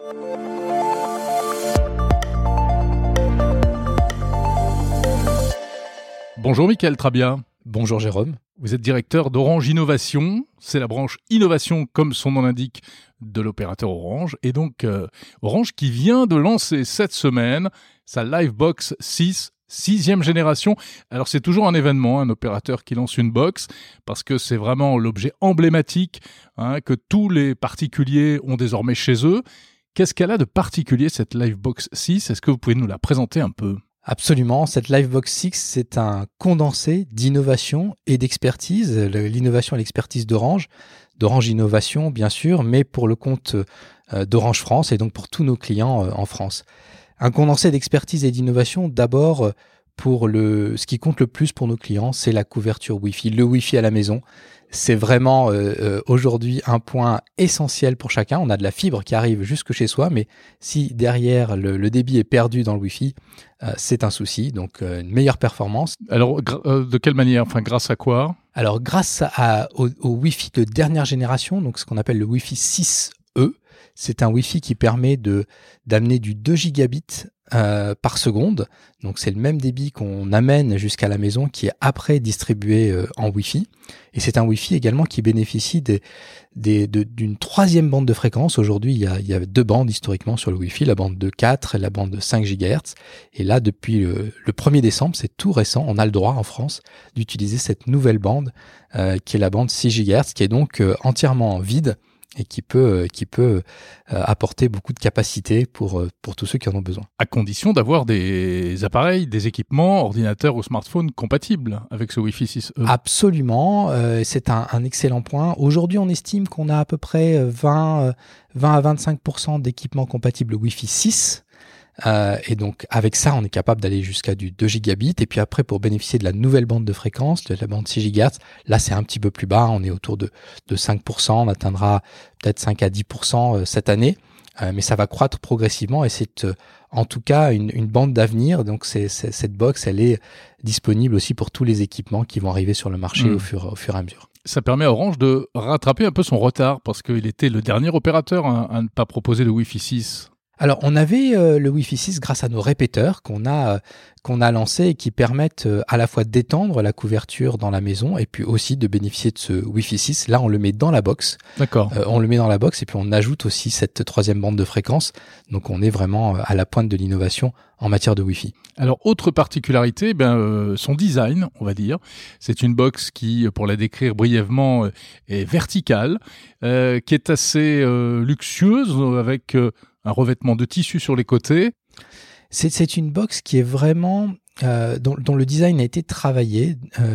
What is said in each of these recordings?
Bonjour Mickaël Trabia. Bonjour Jérôme. Vous êtes directeur d'Orange Innovation. C'est la branche innovation, comme son nom l'indique, de l'opérateur Orange. Et donc, Orange qui vient de lancer cette semaine sa Livebox 6, 6e génération. Alors, c'est toujours un événement, un opérateur qui lance une box, parce que c'est vraiment l'objet emblématique que tous les particuliers ont désormais chez eux. Qu'est-ce qu'elle a de particulier, cette Livebox 6 ? Est-ce que vous pouvez nous la présenter un peu ? Absolument, cette Livebox 6, c'est un condensé d'innovation et d'expertise, l'innovation et l'expertise d'Orange Innovation bien sûr, mais pour le compte d'Orange France et donc pour tous nos clients en France. Un condensé d'expertise et d'innovation, d'abord pour ce qui compte le plus pour nos clients, c'est la couverture Wi-Fi, le Wi-Fi à la maison. C'est vraiment aujourd'hui un point essentiel pour chacun. On a de la fibre qui arrive jusque chez soi, mais si derrière le débit est perdu dans le Wi-Fi, c'est un souci. Donc une meilleure performance. Alors de quelle manière ? Enfin, grâce à quoi ? Alors grâce au Wi-Fi de dernière génération, donc ce qu'on appelle le Wi-Fi 6E, c'est un Wi-Fi qui permet d'amener du 2 gigabits par seconde. Donc c'est le même débit qu'on amène jusqu'à la maison qui est après distribué en Wi-Fi. Et c'est un Wi-Fi également qui bénéficie d'une troisième bande de fréquence. Aujourd'hui, il y a deux bandes historiquement sur le Wi-Fi, la bande de 4 et la bande de 5 GHz. Et là, depuis le 1er décembre, c'est tout récent, on a le droit en France d'utiliser cette nouvelle bande qui est la bande 6 GHz, qui est donc entièrement vide et qui peut apporter beaucoup de capacité pour tous ceux qui en ont besoin. À condition d'avoir des appareils, des équipements, ordinateurs ou smartphones compatibles avec ce Wi-Fi 6E. Absolument, c'est un excellent point. Aujourd'hui, on estime qu'on a à peu près 20 à 25% d'équipements compatibles Wi-Fi 6. Et donc avec ça on est capable d'aller jusqu'à du 2 gigabits et puis après pour bénéficier de la nouvelle bande de fréquence, de la bande 6 GHz, là c'est un petit peu plus bas, on est autour de 5%, on atteindra peut-être 5 à 10% cette année, mais ça va croître progressivement et c'est en tout cas une bande d'avenir. Donc cette box elle est disponible aussi pour tous les équipements qui vont arriver sur le marché au fur et à mesure. Ça permet à Orange de rattraper un peu son retard parce qu'il était le dernier opérateur à ne pas proposer de Wi-Fi 6. Alors, on avait le Wi-Fi 6 grâce à nos répéteurs qu'on a lancés et qui permettent à la fois d'étendre la couverture dans la maison et puis aussi de bénéficier de ce Wi-Fi 6. Là, on le met dans la box. D'accord. On le met dans la box et puis on ajoute aussi cette troisième bande de fréquence. Donc, on est vraiment à la pointe de l'innovation en matière de Wi-Fi. Alors, autre particularité, son design, on va dire. C'est une box qui, pour la décrire brièvement, est verticale, qui est assez luxueuse avec un revêtement de tissu sur les côtés. C'est une box qui est vraiment dont le design a été travaillé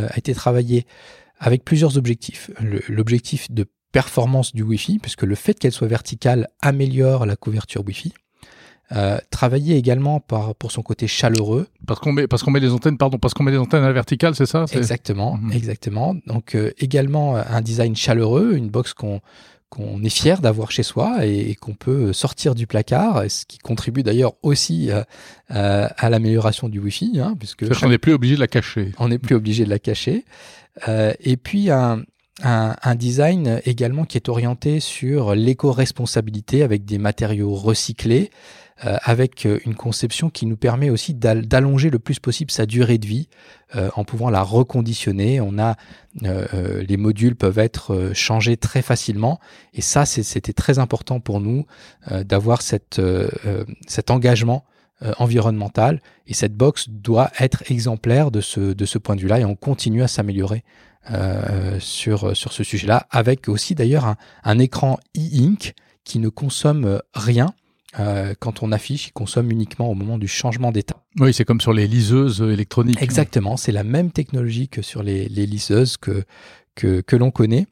avec plusieurs objectifs. L'objectif de performance du Wi-Fi, puisque le fait qu'elle soit verticale améliore la couverture Wi-Fi. Travailler également pour son côté chaleureux. Parce qu'on met les antennes à la verticale, c'est ça ? Exactement. Donc également un design chaleureux, une box qu'on est fier d'avoir chez soi et qu'on peut sortir du placard, ce qui contribue d'ailleurs aussi à l'amélioration du Wi-Fi, puisque on n'est plus obligé de la cacher. On n'est plus obligé de la cacher. Et puis un design également qui est orienté sur l'éco-responsabilité avec des matériaux recyclés, avec une conception qui nous permet aussi d'allonger le plus possible sa durée de vie en pouvant la reconditionner. Les modules peuvent être changés très facilement et ça c'était très important pour nous d'avoir cet engagement environnemental, et cette box doit être exemplaire de ce point de vue-là, et on continue à s'améliorer sur ce sujet-là, avec aussi d'ailleurs un écran e-ink qui ne consomme rien. Quand on affiche, il consomme uniquement au moment du changement d'état. Oui, c'est comme sur les liseuses électroniques. Exactement, c'est la même technologie que sur les liseuses que l'on connaît.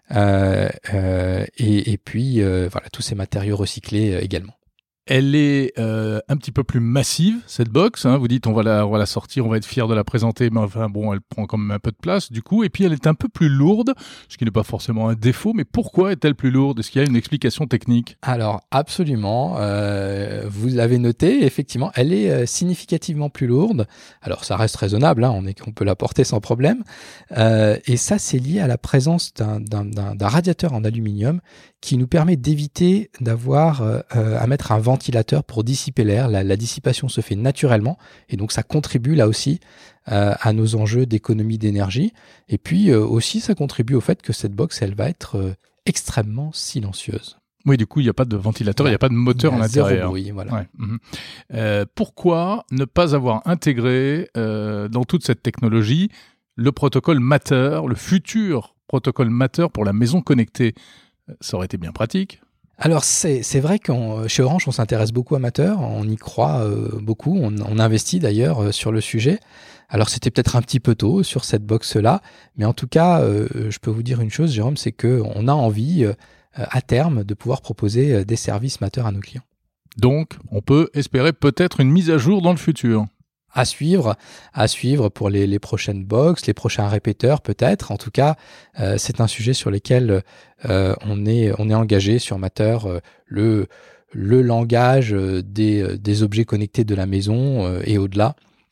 Et puis, voilà, tous ces matériaux recyclés également. Elle est un petit peu plus massive, cette box. Vous dites, on va la sortir, on va être fiers de la présenter, mais enfin bon, elle prend quand même un peu de place du coup. Et puis elle est un peu plus lourde, ce qui n'est pas forcément un défaut. Mais pourquoi est-elle plus lourde ? Est-ce qu'il y a une explication technique ? Alors absolument, vous l'avez noté, effectivement, elle est significativement plus lourde. Alors ça reste raisonnable, on peut la porter sans problème. Et ça, c'est lié à la présence d'un radiateur en aluminium qui nous permet d'éviter d'avoir à mettre un ventilateur pour dissiper l'air. La dissipation se fait naturellement et donc ça contribue là aussi à nos enjeux d'économie d'énergie. Et puis aussi, ça contribue au fait que cette box, elle va être extrêmement silencieuse. Oui, du coup, il n'y a pas de ventilateur, il n'y a pas de moteur en intérieur. Zéro bruit, voilà. Ouais. Pourquoi ne pas avoir intégré dans toute cette technologie le protocole Matter, le futur protocole Matter pour la maison connectée? Ça aurait été bien pratique. Alors, c'est vrai que chez Orange, on s'intéresse beaucoup à Matter, on y croit beaucoup, on investit d'ailleurs sur le sujet. Alors, c'était peut-être un petit peu tôt sur cette box-là, mais en tout cas, je peux vous dire une chose, Jérôme, c'est qu'on a envie, à terme, de pouvoir proposer des services Matter à nos clients. Donc, on peut espérer peut-être une mise à jour dans le futur. À suivre pour les prochaines box, les prochains répéteurs peut-être. En tout cas, c'est un sujet sur lequel on est engagé sur Matter, le langage des objets connectés de la maison et au-delà,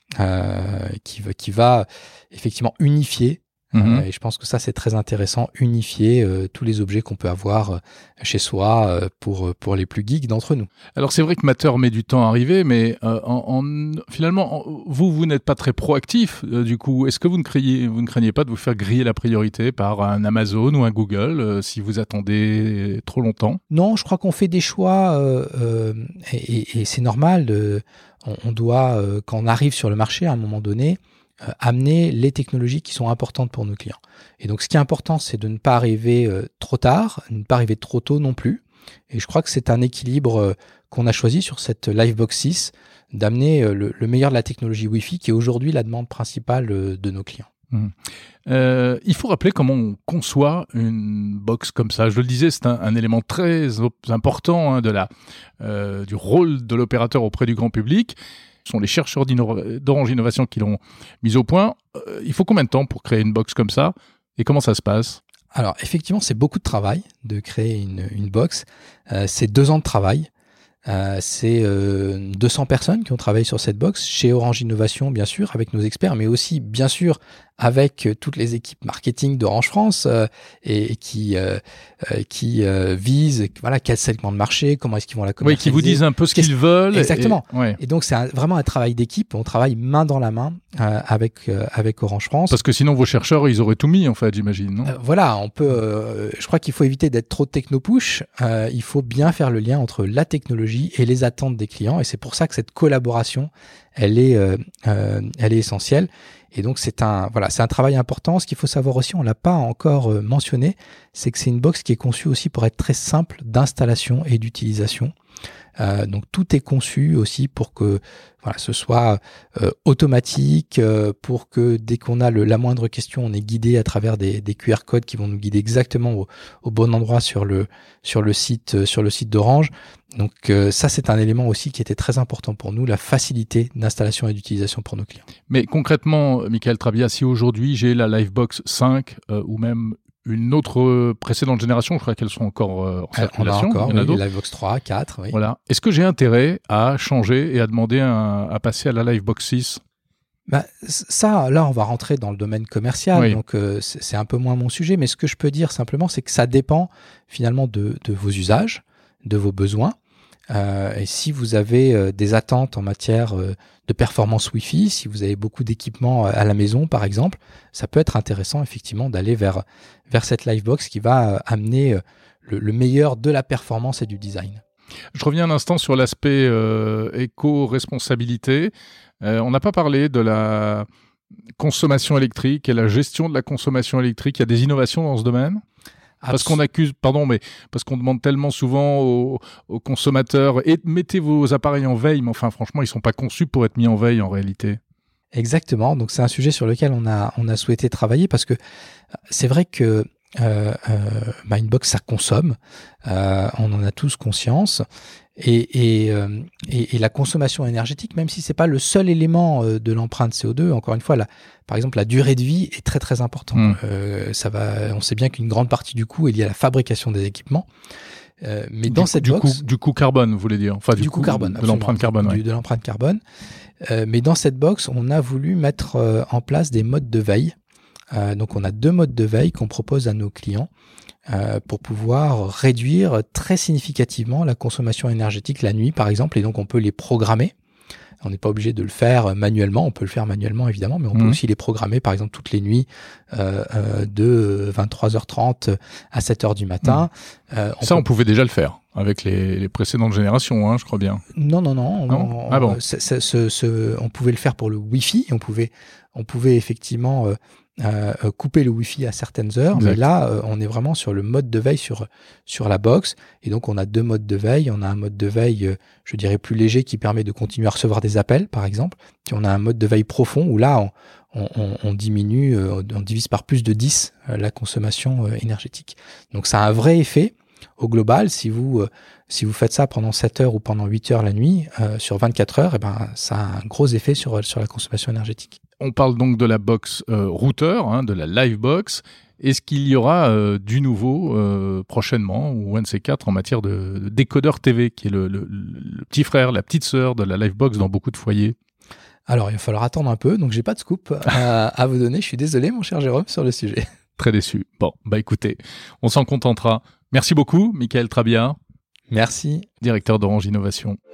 qui va effectivement unifier. Et je pense que ça, c'est très intéressant, unifier tous les objets qu'on peut avoir chez soi pour les plus geeks d'entre nous. Alors, c'est vrai que Matter met du temps à arriver, mais finalement, vous n'êtes pas très proactif. Du coup, est-ce que vous ne craignez pas de vous faire griller la priorité par un Amazon ou un Google si vous attendez trop longtemps? Non, je crois qu'on fait des choix et c'est normal. On doit, quand on arrive sur le marché à un moment donné, amener les technologies qui sont importantes pour nos clients. Et donc, ce qui est important, c'est de ne pas arriver trop tard, ne pas arriver trop tôt non plus. Et je crois que c'est un équilibre qu'on a choisi sur cette Livebox 6, d'amener le meilleur de la technologie Wi-Fi, qui est aujourd'hui la demande principale de nos clients. Il faut rappeler comment on conçoit une box comme ça. Je le disais, c'est un élément très important du rôle de l'opérateur auprès du grand public. Ce sont les chercheurs d'Orange Innovation qui l'ont mise au point. Il faut combien de temps pour créer une box comme ça? Et comment ça se passe? Alors, effectivement, c'est beaucoup de travail de créer une box. C'est 2 ans de travail. C'est 200 personnes qui ont travaillé sur cette box chez Orange Innovation, bien sûr, avec nos experts, mais aussi, bien sûr, avec toutes les équipes marketing d'Orange France et qui visent quel segment de marché, comment est-ce qu'ils vont la commercialiser. Oui, qui vous disent un peu ce qu'ils veulent. Exactement. Et donc, c'est vraiment un travail d'équipe. On travaille main dans la main avec Orange France. Parce que sinon, vos chercheurs, ils auraient tout mis, en fait, j'imagine, non? On peut. Je crois qu'il faut éviter d'être trop techno-push. Il faut bien faire le lien entre la technologie et les attentes des clients. Et c'est pour ça que cette collaboration, elle est essentielle. Et donc, c'est un travail important. Ce qu'il faut savoir aussi, on l'a pas encore mentionné, c'est que c'est une box qui est conçue aussi pour être très simple d'installation et d'utilisation. Donc, tout est conçu aussi pour que ce soit automatique, pour que dès qu'on a la moindre question, on est guidé à travers des QR codes qui vont nous guider exactement au bon endroit sur le site d'Orange. Donc ça, c'est un élément aussi qui était très important pour nous, la facilité d'installation et d'utilisation pour nos clients. Mais concrètement, Michael Trabia, si aujourd'hui j'ai la Livebox 5 ou même une autre précédente génération, je crois qu'elles sont encore en circulation. Il y en a d'autres. Livebox 3, 4, oui. Voilà. Est-ce que j'ai intérêt à changer et à demander à passer à la Livebox 6? Ça, là, on va rentrer dans le domaine commercial, donc c'est un peu moins mon sujet, mais ce que je peux dire simplement, c'est que ça dépend finalement de vos usages, de vos besoins. Et si vous avez des attentes en matière de performance Wi-Fi, si vous avez beaucoup d'équipements à la maison, par exemple, ça peut être intéressant effectivement d'aller vers cette Livebox qui va amener le meilleur de la performance et du design. Je reviens un instant sur l'aspect éco-responsabilité. On n'a pas parlé de la consommation électrique et la gestion de la consommation électrique. Il y a des innovations dans ce domaine ? Parce qu'on parce qu'on demande tellement souvent aux consommateurs et mettez vos appareils en veille, mais enfin franchement ils sont pas conçus pour être mis en veille en réalité. Exactement, donc c'est un sujet sur lequel on a souhaité travailler parce que c'est vrai que une box ça consomme, on en a tous conscience. Et la consommation énergétique, même si c'est pas le seul élément de l'empreinte CO2, encore une fois, par exemple, la durée de vie est très très importante. On sait bien qu'une grande partie du coût est liée à la fabrication des équipements. Mais dans cette box, du coût carbone, vous voulez dire, enfin du coût carbone, de l'empreinte carbone, de l'empreinte carbone. Mais dans cette box, on a voulu mettre en place des modes de veille. Donc, on a 2 modes de veille qu'on propose à nos clients. pour pouvoir réduire très significativement la consommation énergétique la nuit, par exemple, et donc on peut les programmer. On n'est pas obligé de le faire manuellement, on peut le faire manuellement évidemment, mais on peut aussi les programmer par exemple toutes les nuits de 23h30 à 7h du matin. On pouvait déjà le faire avec les précédentes générations, hein, je crois bien. Non. Bon. On pouvait le faire pour le Wi-Fi, on pouvait effectivement couper le Wi-Fi à certaines heures, exact. Mais là, on est vraiment sur le mode de veille sur la box. Et donc, on a 2 modes de veille. On a un mode de veille, je dirais, plus léger qui permet de continuer à recevoir des appels, par exemple. Puis, on a un mode de veille profond où là, on diminue, on divise par plus de 10 la consommation énergétique. Donc, ça a un vrai effet. Au global, si vous faites ça pendant 7 heures ou pendant 8 heures la nuit, sur 24 heures, ça a un gros effet sur la consommation énergétique. On parle donc de la box routeur, hein, de la Livebox. Est-ce qu'il y aura du nouveau prochainement, ou un de ces quatre, en matière de décodeur TV, qui est le petit frère, la petite sœur de la Livebox dans beaucoup de foyers? Alors, il va falloir attendre un peu, donc j'ai pas de scoop à vous donner. Je suis désolé, mon cher Jérôme, sur le sujet. Très déçu. Bon, écoutez, on s'en contentera. Merci beaucoup, Michael Trabia. Merci. Directeur d'Orange Innovation.